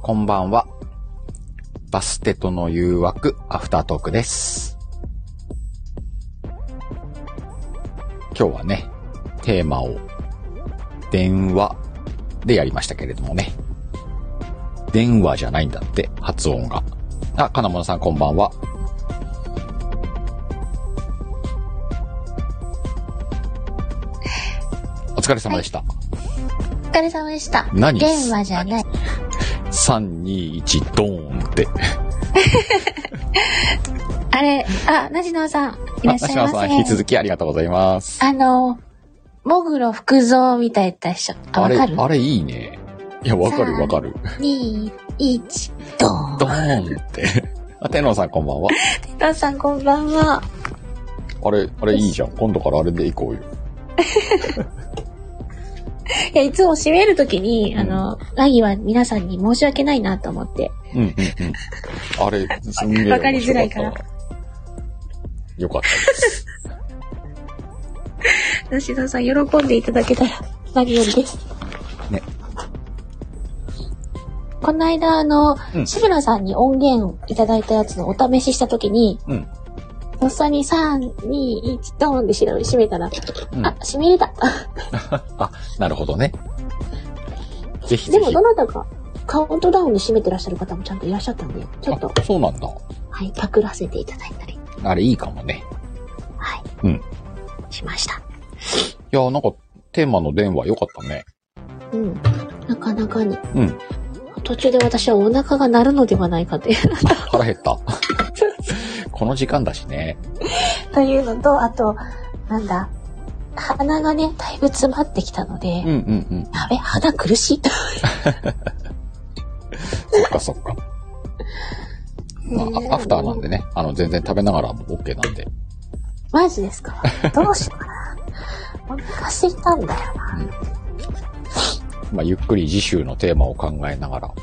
こんばんは。バステとの誘惑アフタートークです。今日はね、テーマを電話でやりましたけれどもね。電話じゃないんだって、発音が。あ、金物さんこんばんは。お疲れ様でした。はい、 お疲れ様でした。 何？ 電話じゃない。 3、2、1、ドーンって。 あれ、なしのさん、いらっしゃいませ。 なしのさん、引き続きありがとうございます。 もぐろ福蔵みたいだったでしょ。わかる？ あれいいね。いや、わかるわかる。 2、1、ドーン。 ドーンって。天皇さんこんばんは。 天皇さんこんばんは。 あれいいじゃん。今度からあれで行こうよ。 いや、いつも締めるときに、ラギは皆さんに申し訳ないなと思って。 あれ、すんげえわかりづらいから。 よかったです。 梨田さん、喜んでいただけたら、何よりです。 ね。 この間、志村さんに音源いただいたやつのお試ししたときに、とっさに3、2、1、ドーンで締めたら、締めれた。 あ、なるほどね。ぜひぜひ。 でもどなたかカウントダウンで締めてらっしゃる方もちゃんといらっしゃったんで、ちょっと。 そうなんだ。 はい、パクらせていただいたり。 あれいいかもね。 はい。しました。いや、なんかテーマの電話良かったね。 なかなかに。途中で私はお腹が鳴るのではないかという。 腹減った。この時間だしね。 というのと、あと、鼻がね、だいぶ詰まってきたので、やべ、鼻苦しいと。 そっか。まあ、アフターなんでね、全然食べながらも OK なんで。 マジですか？どうしようかな。お腹空いたんだよな。 まあ、ゆっくり次週のテーマを考えながら。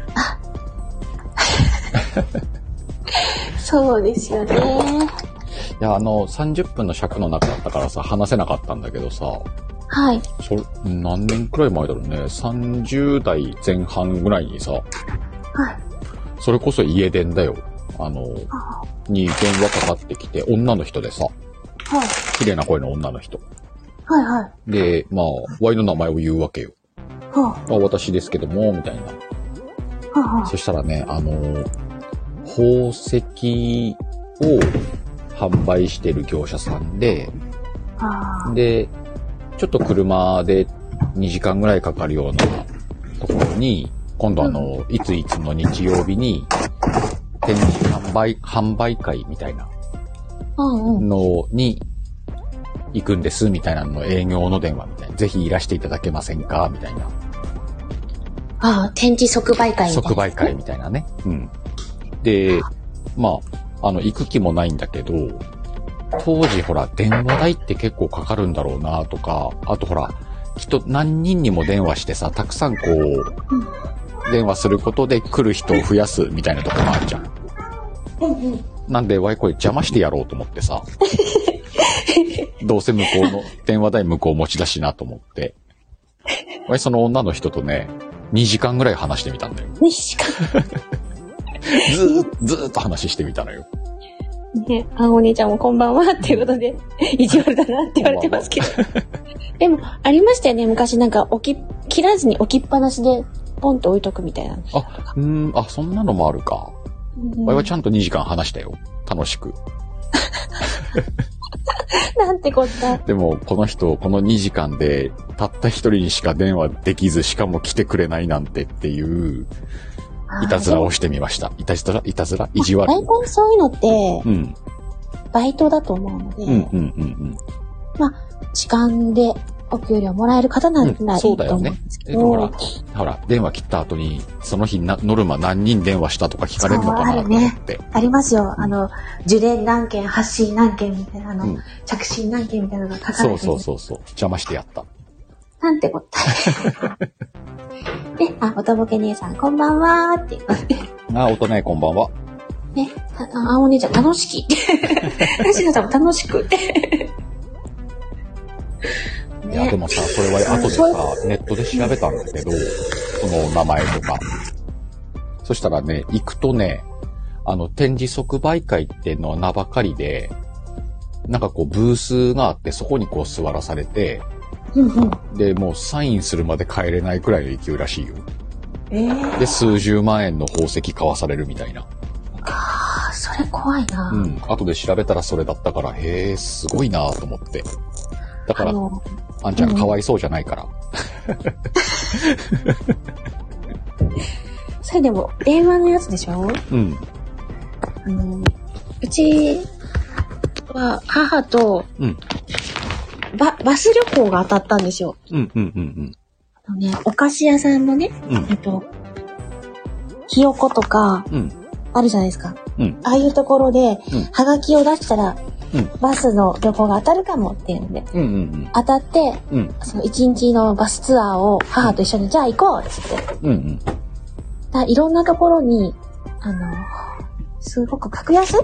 そうですよね。いや、30分の尺の中だったからさ、話せなかったんだけどさ。 はい。 何年くらい前だろうね。30代前半ぐらいにさ。はい。それこそ家電だよ。に電話かかってきて、女の人でさ。はい。綺麗な声の女の人。 はいはい。 で、まあ、ワイの名前を言うわけよ。私ですけども、みたいな。そしたらね、宝石を販売してる業者さんで、で、ちょっと車で2時間ぐらいかかるようなところに、今度いついつの日曜日に、展示販売会みたいなのに行くんです、みたいなの営業の電話みたいな。ぜひいらしていただけませんかみたいな。 展示即売会みたいな。 即売会みたいなね。で、まあ、行く気もないんだけど、当時ほら、電話代って結構かかるんだろうなとか、あとほら、きっと何人にも電話してさ、たくさんこう、電話することで来る人を増やすみたいなとこもあるじゃん。なんで、ワイこれ邪魔してやろうと思ってさ、どうせ向こうの、電話代向こう持ち出しなと思って、ワイその女の人とね、2時間ぐらい話してみたんだよ。 2時間ずーっと話してみたのよ。 ね、お兄ちゃんもこんばんはっていうことで、意地悪だなって言われてますけど。でも、ありましたよね、昔切らずに置きっぱなしで、ポンと置いとくみたいな。 そんなのもあるか。我はちゃんと2時間話したよ。楽しく。 なんてこった。 でも、この人、この2時間で、たった一人にしか電話できず、しかも来てくれないなんてっていう、いたずらをしてみました。いたずら意地悪。 大体そういうのって、バイトだと思うので、まあ、時間でお給料もらえる方なんてないと思うんですけど。 ほら、電話切った後に、その日ノルマ何人電話したとか聞かれるのかなと思って。 ありますよ。受電何件、発信何件みたいな、着信何件みたいなのが書かれてる。 そう。邪魔してやった。 なんてこった。で、おとぼけ姉さん、こんばんはーって言って。 おとね、こんばんは。 ね、お姉ちゃん、楽しき。吉野さんも楽しくって。 いや、でもさ、それは後でさ、ネットで調べたんだけど、その名前とか。 そしたらね、行くとね、展示即売会っていうのは名ばかりで、なんかこうブースがあって、そこにこう座らされて、で、もうサインするまで帰れないくらいの勢いらしいよ。で、数十万円の宝石買わされるみたいな。 ああ、それ怖いな。 後で調べたらそれだったから、へえ、すごいなと思って。だから、あんちゃんかわいそうじゃないから。 それでも、電話のやつでしょ？うちは母と、バス旅行が当たったんですよ。お菓子屋さんのね、ひよことか、あるじゃないですか。ああいうところで、はがきを出したら、バスの旅行が当たるかもっていうので、当たって、その1日のバスツアーを母と一緒に、じゃあ行こうっつって。いろんなところに、すごく格安？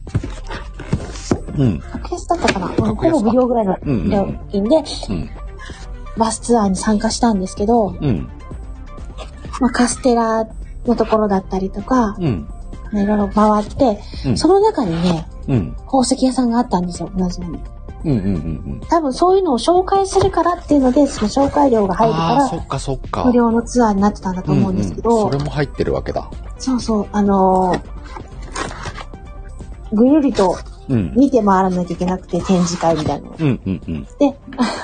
格安だったかな？ほぼ無料ぐらいの料金で、バスツアーに参加したんですけど、カステラのところだったりとか、いろいろ回って、その中にね、宝石屋さんがあったんですよ、同じのに。多分そういうのを紹介するからっていうので、その紹介料が入るから、無料のツアーになってたんだと思うんですけど、 それも入ってるわけだ。 そうそう、ぐるりと見て回らなきゃいけなくて、展示会みたいなの。で、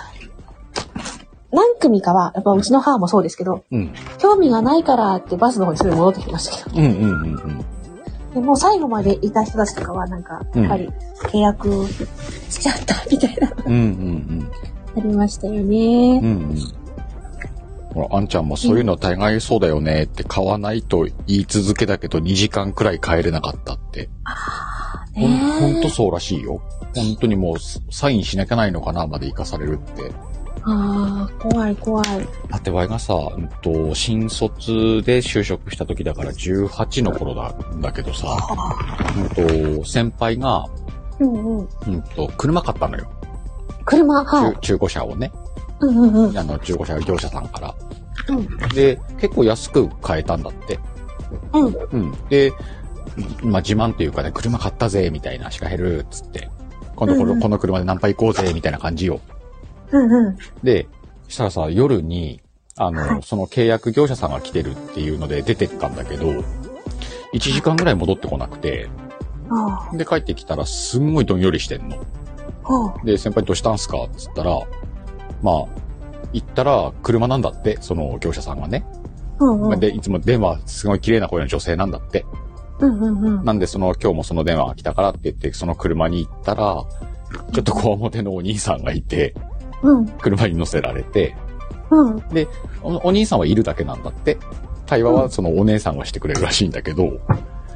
何組かは、やっぱうちの母もそうですけど、興味がないからってバスの方にすぐ戻ってきましたけど。でもう最後までいた人たちとかはなんか、やっぱり契約しちゃったみたいな。ありましたよね。 ほら、あんちゃんもそういうの大概そうだよねって買わないと言い続けたけど2時間くらい帰れなかったって。ほんとそうらしいよ。本当にもうサインしなきゃないのかなまで行かされるって。 怖い怖い。 だってわいがさ、新卒で就職した時だから18の頃なんだけどさ、先輩が、車買ったのよ。 車、はい。 中古車をね。中古車業者さんから。で、結構安く買えたんだって。で、自慢っていうかね、車買ったぜ、みたいな、シカヘル、つって。今度この車でナンパ行こうぜ、みたいな感じよ。で、したらさ、夜に、その契約業者さんが来てるっていうので出てったんだけど、1時間ぐらい戻ってこなくて、で、帰ってきたらすんごいどんよりしてんの。で、先輩どうしたんすかつったら、行ったら車なんだって、その業者さんがね。で、いつも電話すごい綺麗な声の女性なんだって。なんで今日もその電話が来たからって言って、その車に行ったら、ちょっとこわもてのお兄さんがいて、車に乗せられて、で、お兄さんはいるだけなんだって。会話はそのお姉さんがしてくれるらしいんだけど、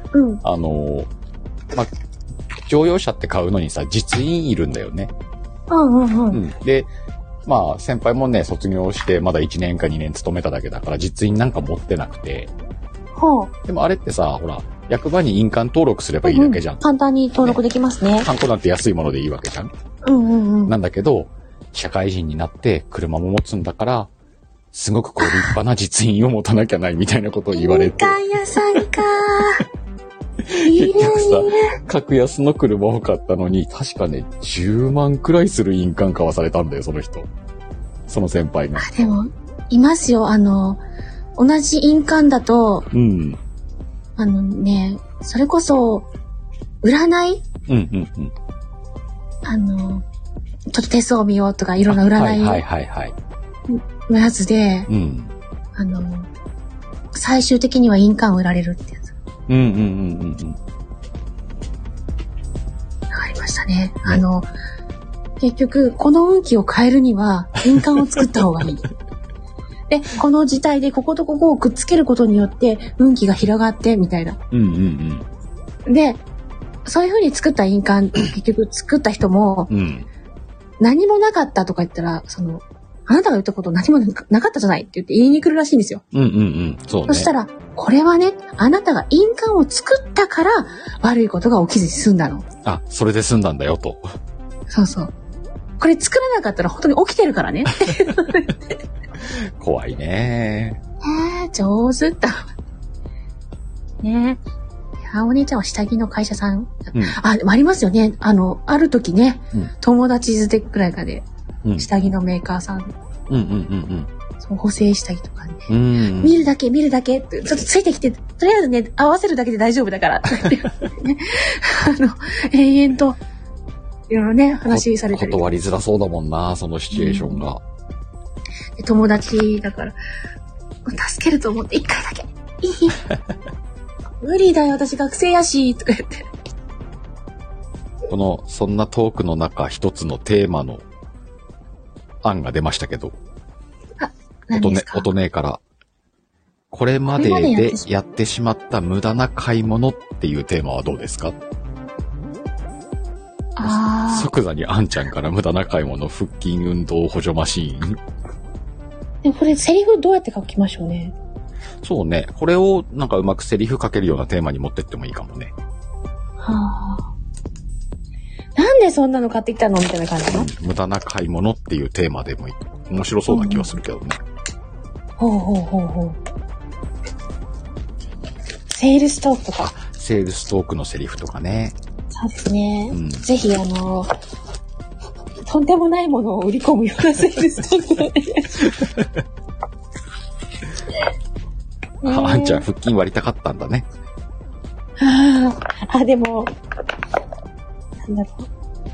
乗用車って買うのにさ、実印いるんだよね。で、先輩もね、卒業してまだ1年か2年勤めただけだから実印なんか持ってなくて。でもあれってさ、ほら、役場に印鑑登録すればいいだけじゃん。 簡単に登録できますね。 ハンコなんて安いものでいいわけじゃん。なんだけど、社会人になって車も持つんだから、すごく立派な実印を持たなきゃないみたいなことを言われて。 印鑑屋さんか結局さ、格安の車を買ったのに、確かね、10万くらいする印鑑買わされたんだよ、その人。その先輩が。 でも、いますよ、同じ印鑑だと、それこそ、占いちょっと手相を見ようとかいろんな占いのやつで、最終的には印鑑を売られるってやつ。ありましたね。結局、この運気を変えるには印鑑を作った方がいい。で、この字体でこことここをくっつけることによって運気が広がってみたいな。で、そういう風に作った印鑑、結局作った人も、何もなかったとか言ったら、あなたが言ったこと何もなかったじゃないって言って言いに来るらしいんですよ。 そうね。 そしたら、これはね、あなたが印鑑を作ったから悪いことが起きずに済んだの。 それで済んだんだよと。 そうそう。これ作らなかったら本当に起きてるからね。 怖いね。 上手だ。 ね。お姉ちゃんは下着の会社さん。でもありますよね。ある時ね、友達づてくらいかで、下着のメーカーさん。補正下着とかね。見るだけ、ちょっとついてきて、とりあえずね、合わせるだけで大丈夫だから。ね、延々と、いろいろね、話されてる。 断りづらそうだもんな、そのシチュエーションが。 友達だから、助けると思って一回だけ。いい無理だよ、私学生やし、とか言って。 そんなトークの中、一つのテーマの案が出ましたけど。 何ですか？ 音ねえから。これまででやってしまった無駄な買い物っていうテーマはどうですか？即座にあんちゃんから無駄な買い物、腹筋運動補助マシーン。 でもこれセリフどうやって書きましょうね。 そうね。これをなんかうまくセリフ書けるようなテーマに持ってってもいいかもね。 なんでそんなの買ってきたのみたいな感じの、 無駄な買い物っていうテーマでもいい。面白そうな気はするけどね。 セールストークとか。 セールストークのセリフとかね。 そうですね。ぜひとんでもないものを売り込むようなセールストークをお願いします。 あんちゃん腹筋割りたかったんだね。 でも、なんだろう。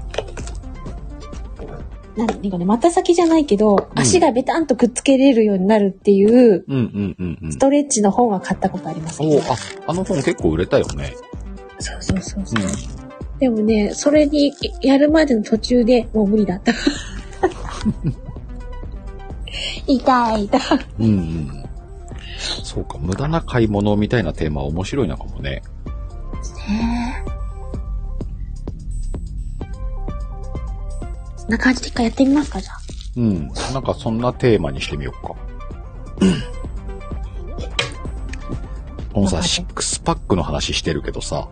なんかね、股先じゃないけど、足がベタンとくっつけれるようになるっていう、ストレッチの本は買ったことあります、ね。 あの本結構売れたよね。 そう。でもね、それにやるまでの途中でもう無理だった。痛い。 そうか、無駄な買い物みたいなテーマは面白いのかもね。 そんな感じで一回やってみますか、じゃあ。 なんかそんなテーマにしてみようか。このさ、シックスパックの話してるけどさ。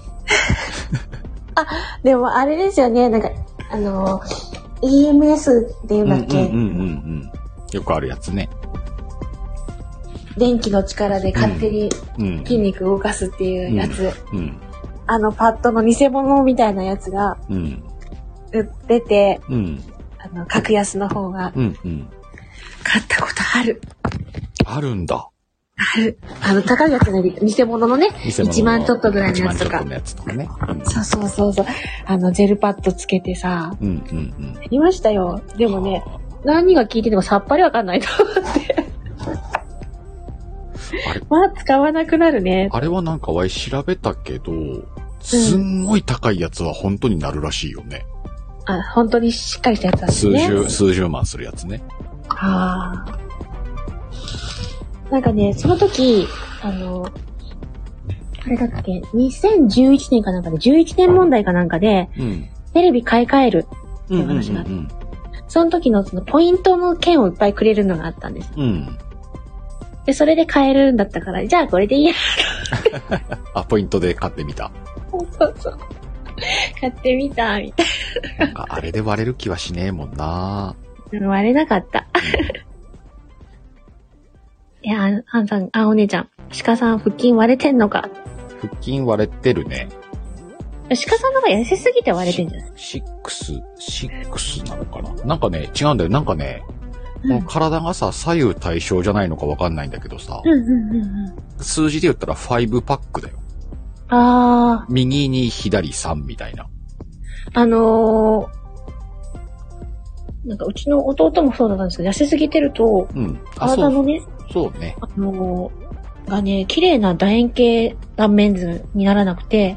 でもあれですよね、なんか、EMS っていうんだっけ？ よくあるやつね。 電気の力で勝手に筋肉動かすっていうやつ。パッドの偽物みたいなやつが、売ってて、格安の方が、買ったことある。 あるんだ。 ある。高いやつなり、偽物のね、1万ちょっとぐらいのやつとか。 1万ちょっとのやつとかね。 そう。ジェルパッドつけてさ、やりましたよ。でもね、何が効いててもさっぱりわかんないと思って。使わなくなるね。 あれはなんかわい調べたけど、すんごい高いやつは本当になるらしいよね。 本当にしっかりしたやつなんですね。 数十万するやつね。 なんかね、その時、あれだっけ、2011年かなんかで、11年問題かなんかで、テレビ買い替えるっていう話があって、その時のそのポイントの券をいっぱいくれるのがあったんです。で、それで買えるんだったから、じゃあこれでいいや。 ポイントで買ってみた。 そう。買ってみた、みたいな。 なんかあれで割れる気はしねえもんな。 割れなかった。いや、ハンさん、お姉ちゃん、鹿さん腹筋割れてんのか。 腹筋割れてるね。 鹿さんの方が痩せすぎて割れてんじゃない ？6なのかな。なんかね、違うんだよ。なんかね、この体がさ、左右対称じゃないのかわかんないんだけどさ、数字で言ったら5パックだよ。右に左3みたいな。 なんかうちの弟もそうだったんですけど、痩せすぎてると、体のね、 そうね。 がね、綺麗な楕円形断面図にならなくて、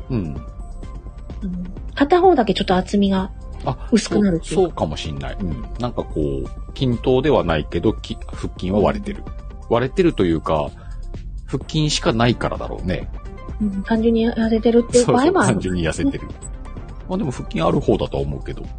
片方だけちょっと厚みが薄くなるっていう。 そうかもしんない。なんかこう、均等ではないけど、腹筋は割れてる。割れてるというか、腹筋しかないからだろうね。 単純に痩せてるっていう場合もある。 単純に痩せてる。まあでも腹筋ある方だとは思うけど。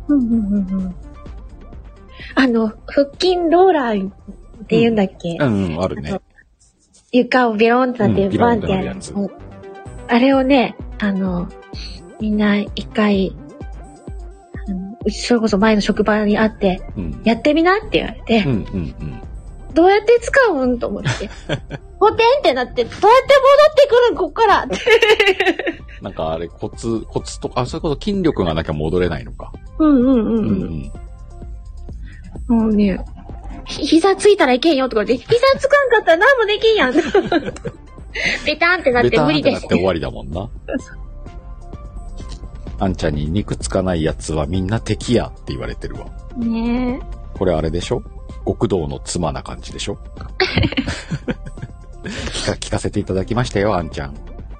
腹筋ローラーって言うんだっけ？ あるね。 床をビロンってなって、バンってやるやつ。あれをね、みんな一回、それこそ前の職場に会って、やってみなって言われて、どうやって使うんと思って。 ポテンってなって、どうやって戻ってくるんこっからなんかあれ、コツとか、そういうこと筋力がなきゃ戻れないのか。 もうね、膝ついたらいけんよとかで、膝つかんかったら何もできんやん。ベタンってなって無理です。ベタンってなって終わりだもんな。あんちゃんに肉つかないやつはみんな敵やって言われてるわ。 ねえ。これあれでしょ？極道の妻な感じでしょ？聞かせていただきましたよ、あんちゃん。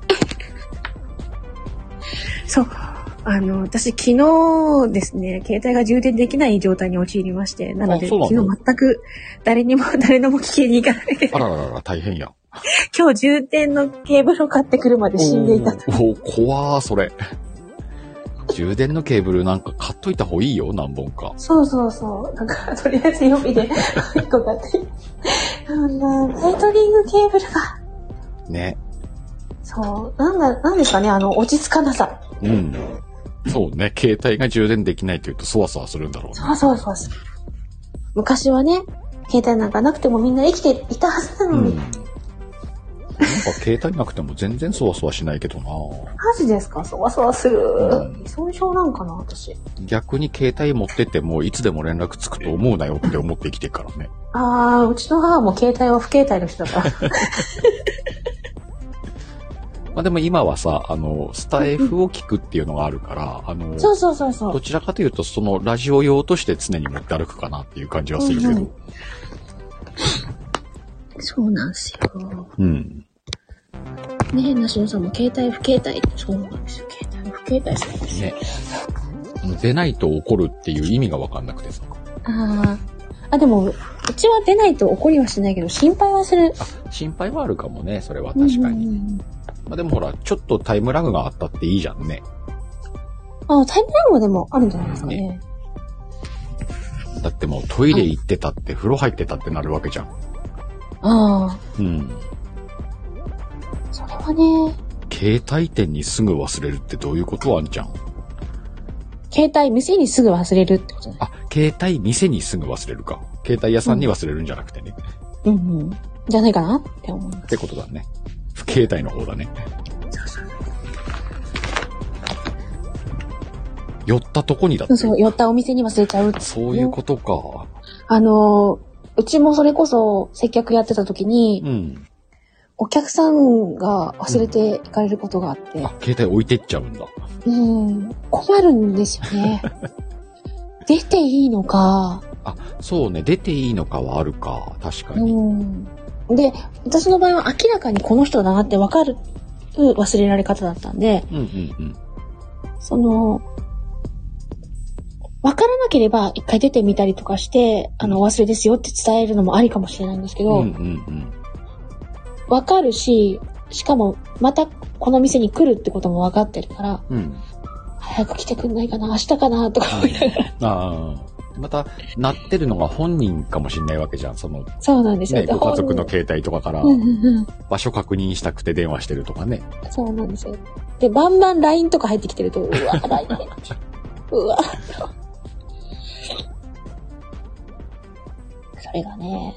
そう。私昨日ですね、携帯が充電できない状態に陥りまして、なので昨日全く誰のも聞きに行かないで。 あららら、大変や。 今日充電のケーブルを買ってくるまで死んでいたと。 怖ー、それ。充電のケーブルなんか買っといた方がいいよ、何本か。 そう。なんか、とりあえず予備で1個買って。ガイトリングケーブルが。ね。そう。なんですかね、落ち着かなさ。 うん。そうね、携帯が充電できないというと、そわそわするんだろうね。 そう。昔はね、携帯なんかなくてもみんな生きていたはずなのに。 なんか携帯なくても全然そわそわしないけどな。 マジですか？そわそわする。依存症なんかな、私。 逆に携帯持ってってもいつでも連絡つくと思うなよって思って生きてるからね。 うちの母も携帯は不携帯の人だから。 まあでも今はさ、スタイフを聞くっていうのがあるから、 そう。 どちらかというと、そのラジオ用として常に持って歩くかなっていう感じはするけど。 そうなんですよ。ねえ、なしのさんも携帯不携帯。そうなんですよ。携帯不携帯するんですよ。 ね。出ないと怒るっていう意味がわかんなくてさ。 でも、うちは出ないと怒りはしないけど、心配はする。 心配はあるかもね、それは確かに。まあでもほら、ちょっとタイムラグがあったっていいじゃんね。 タイムラグはでもあるんじゃないですかね。 だってもうトイレ行ってたって、風呂入ってたってなるわけじゃん。それはね。携帯店にすぐ忘れるってどういうことあんちゃん？ 携帯店にすぐ忘れるってことね。 携帯店にすぐ忘れるか。携帯屋さんに忘れるんじゃなくてね。 じゃないかなって思う。 ってことだね。不携帯の方だね。 そう。 寄ったとこにだって。 そう、寄ったお店に忘れちゃう。 そういうことか。 うちもそれこそ接客やってた時に、お客さんが忘れていかれることがあって。 携帯置いてっちゃうんだ。 困るんですよね。出ていいのか。 そうね。出ていいのかはあるか。確かに。 で、私の場合は明らかにこの人だなって分かる忘れられ方だったんで、分からなければ一回出てみたりとかして、忘れですよって伝えるのもありかもしれないんですけど、分かるし、しかもまたこの店に来るってことも分かってるから、早く来てくんないかな、明日かなとか思いながら。 また、鳴ってるのが本人かもしれないわけじゃん。そうなんですよ。 ご家族の携帯とかから、場所確認したくて電話してるとかね。 そうなんですよ。で、バンバン LINE とか入ってきてると、うわ、LINE 入ってきてうわ。それがね、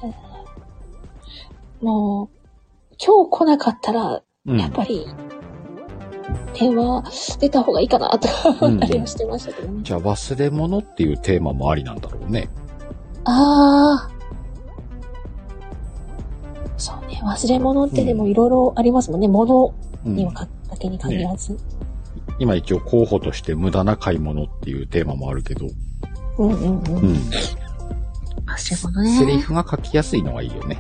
もう、今日来なかったら、やっぱり、電話出た方がいいかなとか思ったりはしてましたけどね。 じゃあ忘れ物っていうテーマもありなんだろうね。 そうね。忘れ物ってでもいろいろありますもんね。物にはだけに限らず、 今一応候補として無駄な買い物っていうテーマもあるけど。 忘れ物ね。 セリフが書きやすいのはいいよね。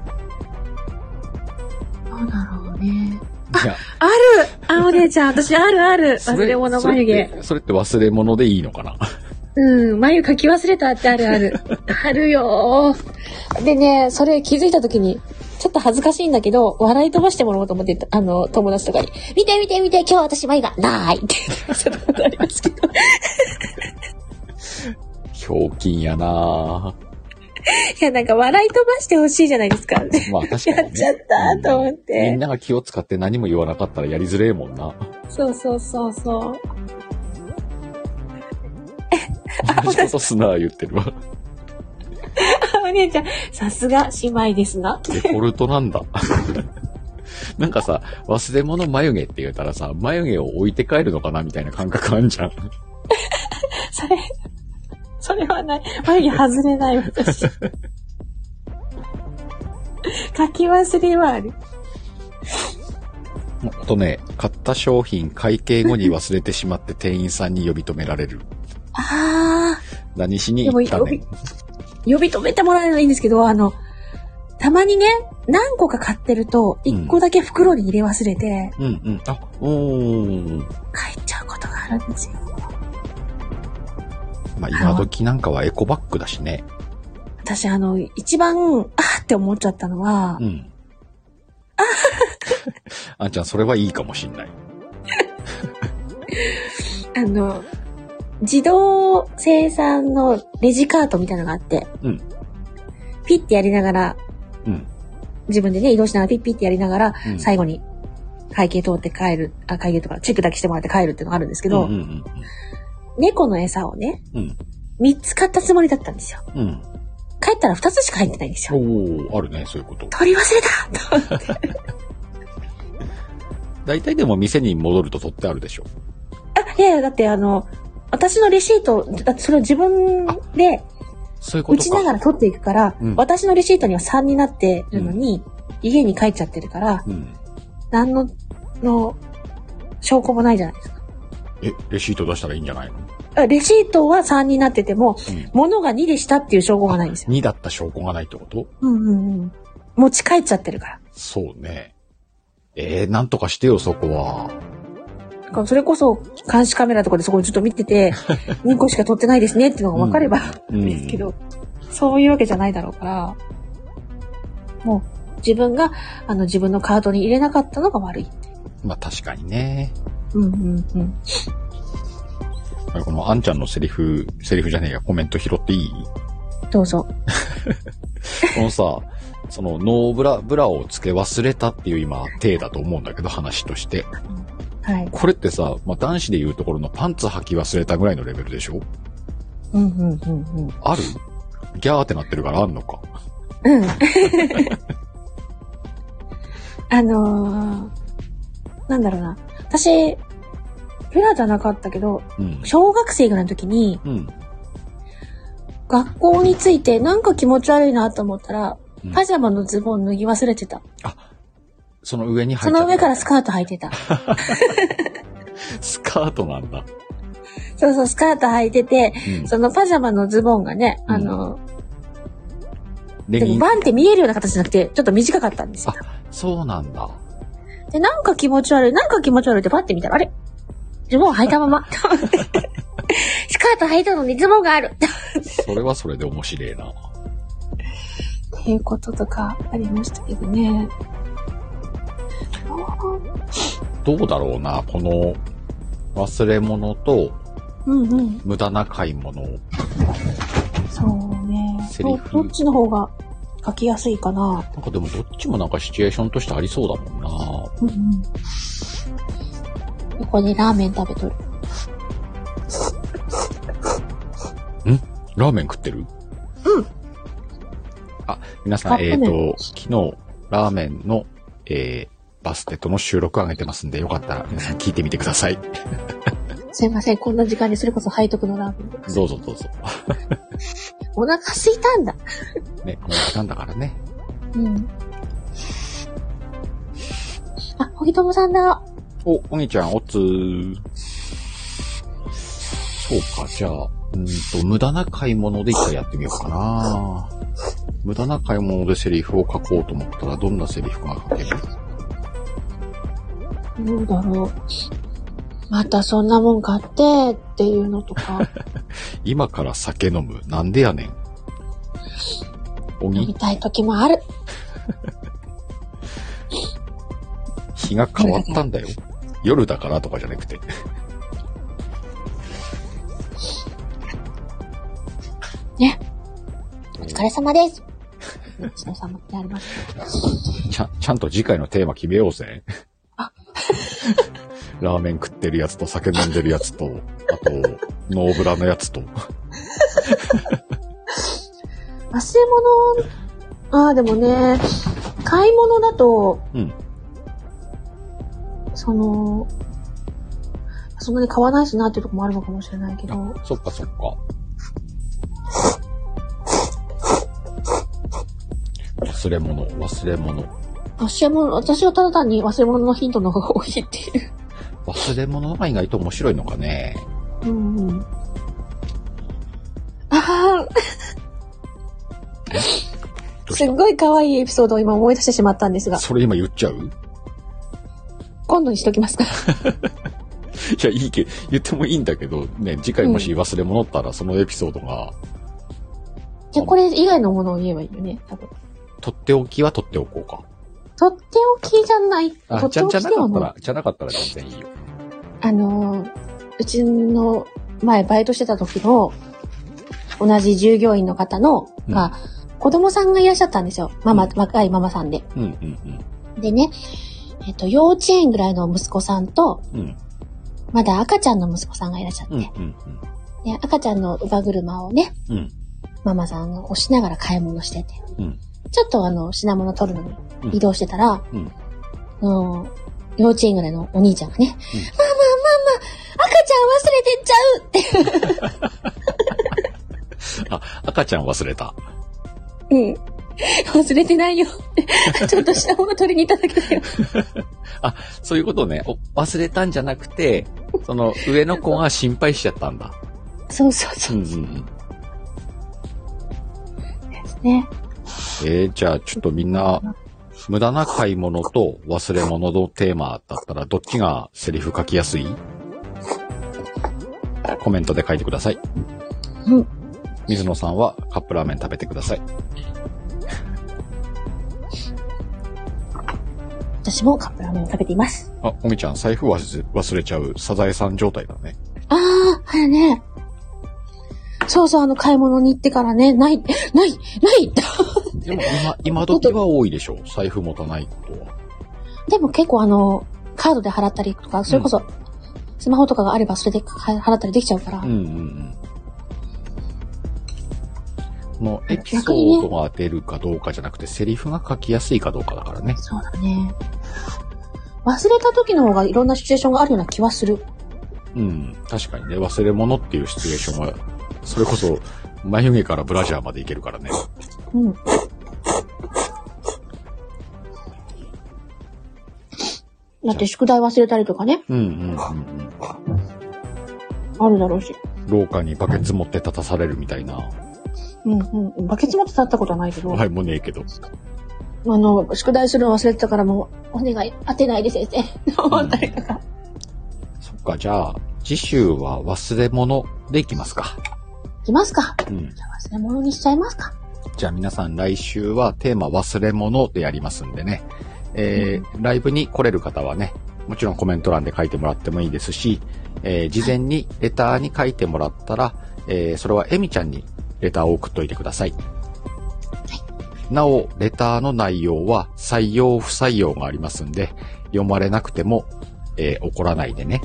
そうだろうね。お姉ちゃん、私ある。忘れ物眉毛。 それって忘れ物でいいのかな？ 眉書き忘れたってある。あるよー。でね、それ気づいた時に、ちょっと恥ずかしいんだけど、笑い飛ばしてもらおうと思って、友達とかに、見て、今日私眉がないって言ってたことありますけど。 ひょうきんやなぁ。 いや、なんか笑い飛ばしてほしいじゃないですか。 まあ確かに、ね。 やっちゃったと思って。 みんなが気を使って何も言わなかったらやりづれえもんな。 そう。 同じことすな言ってるわ。 おお姉ちゃん、さすが姉妹ですな。 デフォルトなんだ。なんかさ、忘れ物眉毛って言ったらさ、眉毛を置いて帰るのかなみたいな感覚あんじゃん。 それはない。眉毛外れない私。書き忘れはある。 あとね、買った商品会計後に忘れてしまって店員さんに呼び止められる。 ああ。 何しに行ったね。 呼び止めてもらえるのはいいんですけど、たまにね、何個か買ってると、1個だけ袋に入れ忘れて、 うんうん。あ、 帰っちゃうことがあるんですよ。 まあ今時なんかはエコバッグだしね。 私一番、って思っちゃったのは、 うん。あんちゃん、それはいいかもしんない。 自動生産のレジカートみたいなのがあって、 うん。 ピッてやりながら、 うん。 自分でね、移動しながらピッピッてやりながら、 うん、 最後に会計通って帰る、会計とかチェックだけしてもらって帰るっていうのがあるんですけど、猫の餌をね、3つ買ったつもりだったんですよ。帰ったら2つしか入ってないんですよ。 あるね、そういうこと。 取り忘れたと思って。 大体でも店に戻ると取ってあるでしょ。 いやいや、だって私のレシート、だってそれを自分で、 そういうことか。 打ちながら取っていくから、私のレシートには3になってるのに、家に帰っちゃってるから、何の証拠もないじゃないですか。 レシート出したらいいんじゃないの？ レシートは3になってても、物が2でしたっていう証拠がないんですよ。 2だった証拠がないってこと？ 持ち帰っちゃってるから。 そうね。なんとかしてよ、そこは。 それこそ監視カメラとかでそこにちょっと見てて、2個しか撮ってないですねっていうのが分かればですけど、そういうわけじゃないだろうから、もう自分が自分のカートに入れなかったのが悪いって。 まあ確かにね。このあんちゃんのセリフじゃねえや、コメント拾っていい？ どうぞ。 このさ、そのノーブラをつけ忘れたっていう今、体だと思うんだけど、話として。 はい。 これってさ、まあ、男子で言うところのパンツ履き忘れたぐらいのレベルでしょ？ある？ギャーってなってるからあんのか。 なんだろうな。私、フェラじゃなかったけど、小学生ぐらいの時に、学校についてなんか気持ち悪いなと思ったら、パジャマのズボン脱ぎ忘れてた。 その上に履いてた。 その上からスカート履いてた。 スカートなんだ。 そうそう、スカート履いてて、そのパジャマのズボンがね、でもバンって見えるような形じゃなくて、ちょっと短かったんですよ。 そうなんだ。 で、なんか気持ち悪いってパッて見たら、あれズボン履いたまま。スカート履いたのにズボンがある。 それはそれで面白いな。 っていうこととかありましたけどね。 どうだろうな、この忘れ物と無駄な買い物。 そうね。どっちの方が書きやすいかな。 なんかでもどっちもなんかシチュエーションとしてありそうだもんな。 ここでラーメン食べとる。 ラーメン食ってる？皆さん、昨日、ラーメンの、バステとの収録を上げてますんで、よかったら皆さん聞いてみてください。 すいません、こんな時間にそれこそ背徳のラーメンで。 どうぞどうぞ。 お腹空いたんだ。 ね、この時間だからね。 ほぎともさんだ。 おぎちゃん、おつー。そうか、じゃあ、無駄な買い物で一回やってみようかな。無駄な買い物でセリフを書こうと思ったら、どんなセリフが書ける？ どうだろう。またそんなもん買ってっていうのとか。 今から酒飲む。なんでやねん。 飲みたい時もある。 日が変わったんだよ。夜だからとかじゃなくて。 ね。お疲れ様です。ごちそうさまってあります。 ちゃんと次回のテーマ決めようぜ。ラーメン食ってるやつと酒飲んでるやつと、あと、ノーブラのやつと。 忘れ物、でもね、買い物だと、そんなに買わないしなっていうところもあるのかもしれないけど。 そっかそっか。忘れ物。 私はただ単に忘れ物のヒントの方が多いっていう。 忘れ物が意外と面白いのかね。 すっごい可愛いエピソードを今思い出してしまったんですが。 それ今言っちゃう？ 今度にしときますか。 いや、いいけど、言ってもいいんだけど、ね、次回もし忘れ物ったらそのエピソードが。 じゃあこれ以外のものを言えばいいよね、多分。 とっておきはとっておこうか。 とっておきじゃない。 じゃなかったら全然いいよ。 うちの前バイトしてた時の同じ従業員の方のが、子供さんがいらっしゃったんですよ。若いママさんで。でね、幼稚園ぐらいの息子さんと、まだ赤ちゃんの息子さんがいらっしゃって、で赤ちゃんの乳母車をね、ママさんが押しながら買い物してて、ちょっと品物取るのに移動してたら、幼稚園ぐらいのお兄ちゃんがね、ママ、赤ちゃん忘れてっちゃうって。 赤ちゃん忘れた。 忘れてないよ。ちょっと品物取りに行っただけだよ。 そういうことね。忘れたんじゃなくて、その上の子が心配しちゃったんだ。 そうそうそう。ですね。 じゃあちょっとみんな、無駄な買い物と忘れ物のテーマだったらどっちがセリフ書きやすい？コメントで書いてください。水野さんはカップラーメン食べてください。 私もカップラーメンを食べています。 おみちゃん、財布忘れちゃうサザエさん状態だね。 はいね。そう買い物に行ってからね、ないでも今時は多いでしょ、財布持たないことは。 でも結構カードで払ったりとか、それこそ、スマホとかがあればそれで払ったりできちゃうから。 のエピソードが出るかどうかじゃなくて、セリフが書きやすいかどうかだからね。 そうだね。忘れた時の方がいろんなシチュエーションがあるような気はする。 確かにね、忘れ物っていうシチュエーションは、それこそ眉毛からブラジャーまでいけるからね。だって宿題忘れたりとかね。あるだろうし。 廊下にバケツ持って立たされるみたいな。 バケツ持って立ったことはないけど。 はい、もうねえけど。 宿題するの忘れてたからもう、お願い、当てないで先生。思ったりとか。 そっか、じゃあ、次週は忘れ物でいきますか。 いきますか。じゃあ忘れ物にしちゃいますか。 じゃあ皆さん来週はテーマ忘れ物でやりますんでね。ライブに来れる方はね、もちろんコメント欄で書いてもらってもいいですし、事前にレターに書いてもらったら、それはエミちゃんにレターを送っといてください。なお、レターの内容は採用不採用がありますんで、読まれなくても、怒らないでね。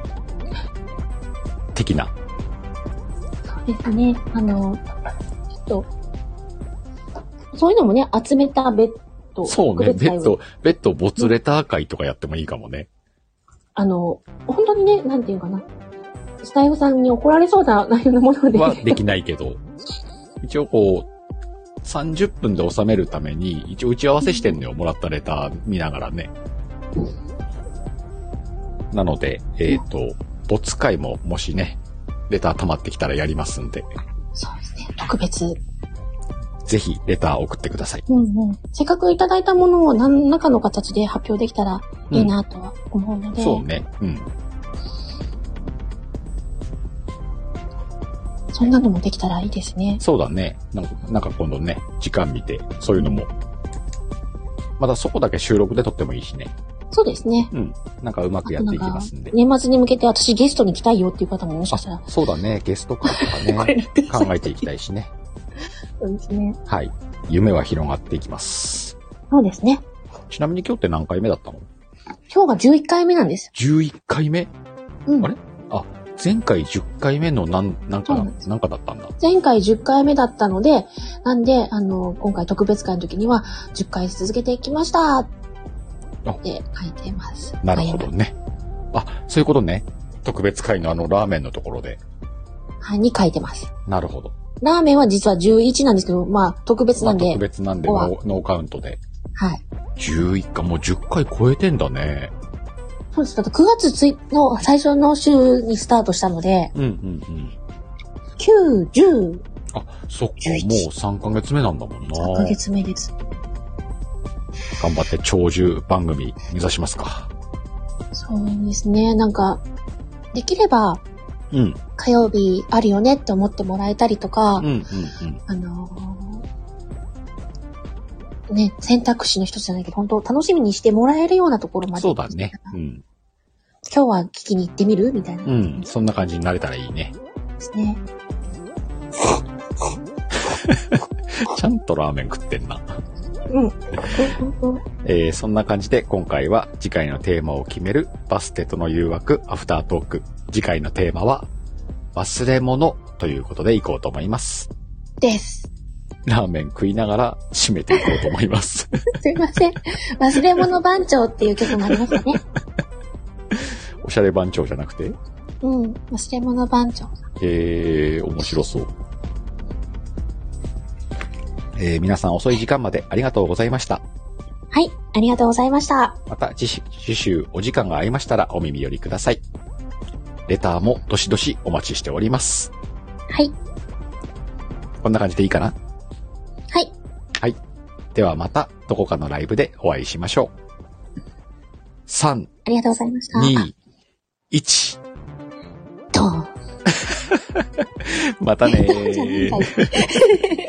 的な。 そうですね。そういうのもね、集めたベッド。 そうね、ベッド没レター会とかやってもいいかもね。 本当にね、なんていうかな。スタイフさんに怒られそうな内容のもので。 はできないけど、一応30分で収めるために、一応打ち合わせしてんのよ、もらったレター見ながらね。なので、没会ももしね、レター溜まってきたらやりますんで。 そうですね、特別。 ぜひ、レター送ってください。 せっかくいただいたものを何らかの形で発表できたらいいなとは思うので。 そうね。 そんなのもできたらいいですね。 そうだね。なんか今度ね、時間見て、そういうのも。まだそこだけ収録で撮ってもいいしね。 そうですね。 なんかうまくやっていきますんで。 年末に向けて私ゲストに来たいよっていう方ももしかしたら。 そうだね。ゲスト会とかね。考えていきたいしね。 そうですね。 はい。夢は広がっていきます。 そうですね。 ちなみに今日って何回目だったの？ 今日が11回目なんです。 11回目？あれ？ 前回10回目のなんかだったんだ。 前回10回目だったので、なんで、今回特別会の時には、10回続けていきましたって書いてます。 なるほどね。そういうことね。特別会のラーメンのところで。 はい、に書いてます。 なるほど。 ラーメンは実は11なんですけど、特別なんで。 特別なんでノーカウントで。 はい。 11回、もう10回超えてんだね。 そうです。だって9月の最初の週にスタートしたので。 9、 10。 そっか、もう3ヶ月目なんだもんな。 3ヶ月目です。 頑張って長寿番組目指しますか。 そうですね。なんか、できれば、火曜日あるよねって思ってもらえたりとか、ね、選択肢の一つじゃないけど、本当楽しみにしてもらえるようなところまで。 そうだね。 今日は聞きに行ってみるみたいな。 そんな感じになれたらいいね。 ですね。 ちゃんとラーメン食ってんな。 うん。 そんな感じで今回は次回のテーマを決めるバステとの誘惑アフタートーク。次回のテーマは忘れ物ということでいこうと思います。 です。 ラーメン食いながら締めていこうと思います。 すいません。忘れ物番長っていう曲もありますよね。 おしゃれ番長じゃなくて？ 忘れ物番長。 面白そう。皆さん遅い時間までありがとうございました。 はい、ありがとうございました。 また次週お時間が合いましたらお耳寄りください。レターもどしどしお待ちしております。 はい。 こんな感じでいいかな？ はい。 はい。ではまたどこかのライブでお会いしましょう。3、 ありがとうございました。 2、1。 ドン。 またねー。